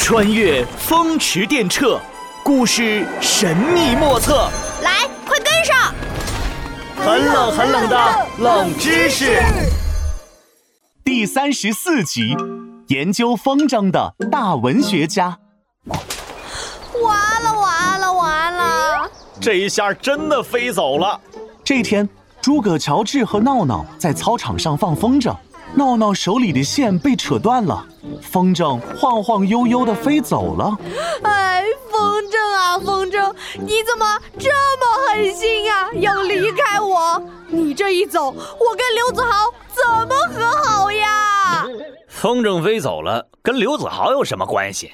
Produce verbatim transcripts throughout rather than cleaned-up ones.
穿越风驰电掣，故事神秘莫测。 来，快跟上！ 很冷很冷的冷知识。第三十四集，研究风筝的大文学家。 完了完了完了！ 这一下真的飞走了。这天，诸葛乔治和闹闹在操场上放风筝，闹闹手里的线被扯断了，风筝晃晃悠悠地飞走了。 哎，风筝啊风筝，你怎么这么狠心啊？要离开我？你这一走，我跟刘子豪怎么和好呀？ 风筝飞走了，跟刘子豪有什么关系？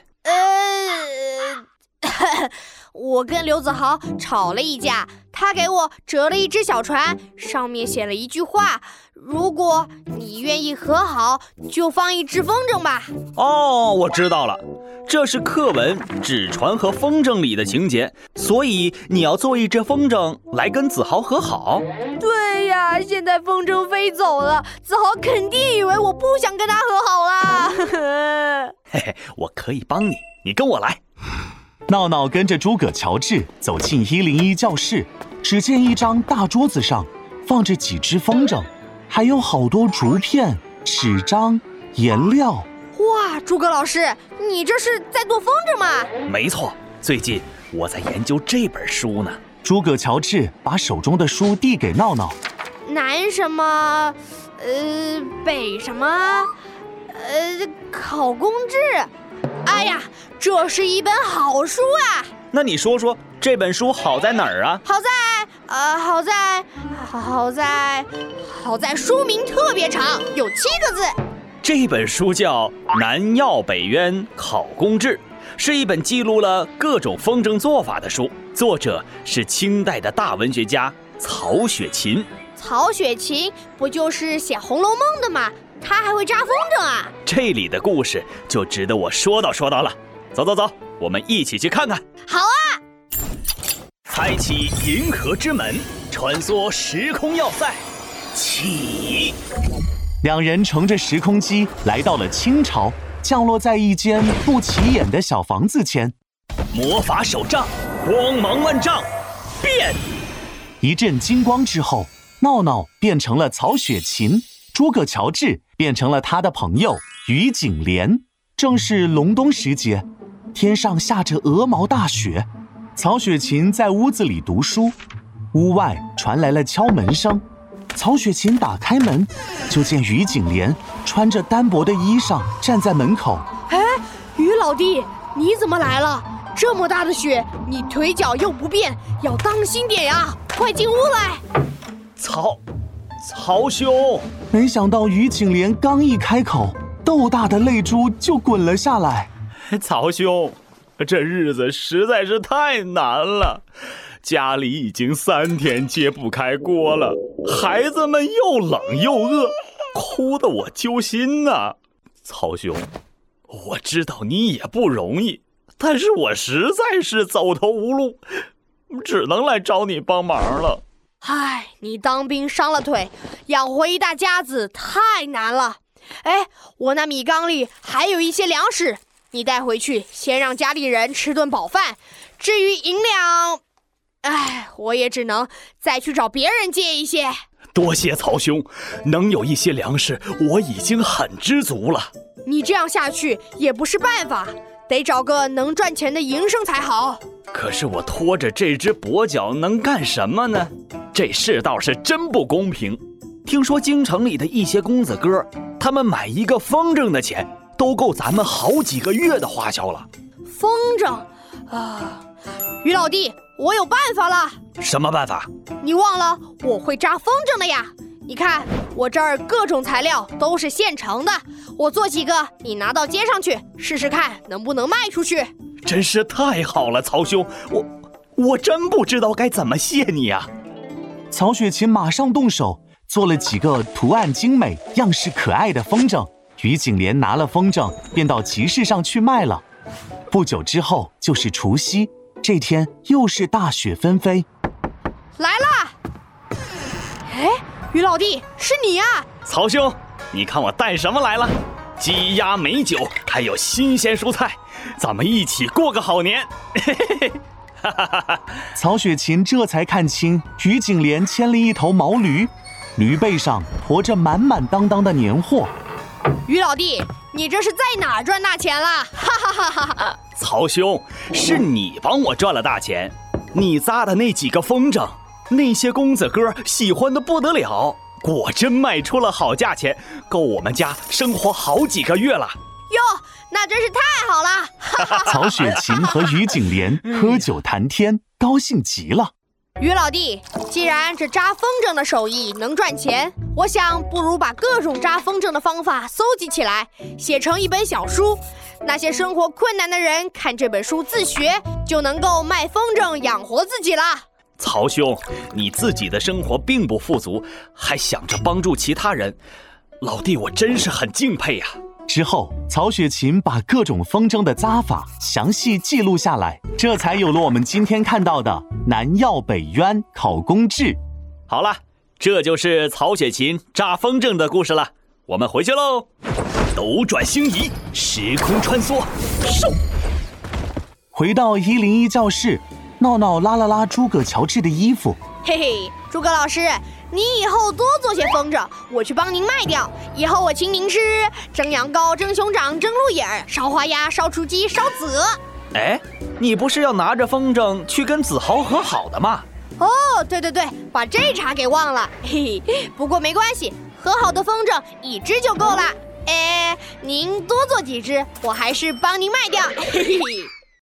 呃，我跟刘子豪吵了一架，他给我折了一只小船，上面写了一句话：如果你愿意和好，就放一只风筝吧。 哦，我知道了，这是课文《纸船和风筝》里的情节，所以你要做一只风筝来跟子豪和好。 对呀，现在风筝飞走了，子豪肯定以为我不想跟他和好啦。 嘿嘿，我可以帮你，你跟我来。闹闹跟着诸葛乔治走进一零一教室，只见一张大桌子上放着几只风筝，还有好多竹片、纸张、颜料。 哇，诸葛老师，你这是在做风筝吗？ 没错，最近我在研究这本书呢。诸葛乔治把手中的书递给闹闹。 南什么？呃，北什么？呃，考公制。哎呀，这是一本好书啊！ 那你说说这本书好在哪儿啊？ 好在，呃，好在，好在，好在书名特别长，有七个字。 这本书叫《南药北渊考公制》，是一本记录了各种风筝做法的书，作者是清代的大文学家曹雪芹。 曹雪芹不就是写《红楼梦》的吗？他还会扎风筝啊！ 这里的故事就值得我说道说道了。走走走，我们一起去看看。 好啊！ 开启银河之门，穿梭时空要塞，起！两人乘着时空机来到了清朝，降落在一间不起眼的小房子前。魔法手杖，光芒万丈，变！一阵金光之后，闹闹变成了曹雪芹，诸葛乔治变成了他的朋友于景莲。正是隆冬时节，天上下着鹅毛大雪，曹雪芹在屋子里读书，屋外传来了敲门声。曹雪芹打开门，就见于景莲穿着单薄的衣裳站在门口。 哎，于老弟，你怎么来了？这么大的雪，你腿脚又不便，要当心点呀！快进屋来。 曹曹兄，没想到于景莲刚一开口，豆大的泪珠就滚了下来。曹兄，这日子实在是太难了，家里已经三天揭不开锅了，孩子们又冷又饿，哭得我揪心呐。曹兄，我知道你也不容易，但是我实在是走投无路，只能来找你帮忙了。 唉，你当兵伤了腿，养活一大家子太难了。哎，我那米缸里还有一些粮食，你带回去，先让家里人吃顿饱饭。至于银两，唉，我也只能再去找别人借一些。 多谢曹兄，能有一些粮食，我已经很知足了。 你这样下去也不是办法，得找个能赚钱的营生才好。 可是我拖着这只跛脚能干什么呢？这世道是真不公平。听说京城里的一些公子哥，他们买一个风筝的钱都够咱们好几个月的花销了。 风筝啊，于老弟，我有办法了。 什么办法？ 你忘了我会扎风筝的呀？你看我这儿各种材料都是现成的，我做几个，你拿到街上去试试看能不能卖出去。 真是太好了，曹兄，我我真不知道该怎么谢你啊。曹雪芹马上动手做了几个图案精美、样式可爱的风筝，于景莲拿了风筝便到集市上去卖了。不久之后就是除夕，这天又是大雪纷飞。 来啦！哎，于老弟，是你啊！ 曹兄，你看我带什么来了？ 鸡鸭美酒，还有新鲜蔬菜，咱们一起过个好年。嘿嘿嘿，哈哈哈哈！ 曹雪芹这才看清，于景莲牵了一头毛驴，驴背上驮着满满当当的年货。 于老弟，你这是在哪儿赚大钱了？哈哈哈哈哈！ 曹兄，是你帮我赚了大钱，你扎的那几个风筝，那些公子哥喜欢的不得了，果真卖出了好价钱，够我们家生活好几个月了。 哟，那真是太好了！ 曹雪芹和于景莲喝酒谈天，高兴极了。 于老弟，既然这扎风筝的手艺能赚钱，我想不如把各种扎风筝的方法搜集起来，写成一本小书。那些生活困难的人看这本书自学，就能够卖风筝养活自己了。 曹兄，你自己的生活并不富足，还想着帮助其他人，老弟我真是很敬佩呀。 之后，曹雪芹把各种风筝的扎法详细记录下来，这才有了我们今天看到的南药北渊考工志。 好了，这就是曹雪芹扎风筝的故事了，我们回去喽。斗转星移，时空穿梭，嗖！ 回到一零一教室，闹闹拉了拉诸葛乔治的衣服。 嘿嘿，诸葛老师，你以后多做些风筝，我去帮您卖掉。以后我请您吃蒸羊羔、蒸熊掌、蒸鹿眼、烧花鸭、烧雏鸡、烧子鹅。 哎，你不是要拿着风筝去跟子豪和好的吗？ 哦，对对对，把这茬给忘了。嘿嘿，不过没关系，和好的风筝一只就够了。哎，您多做几只，我还是帮您卖掉。嘿嘿。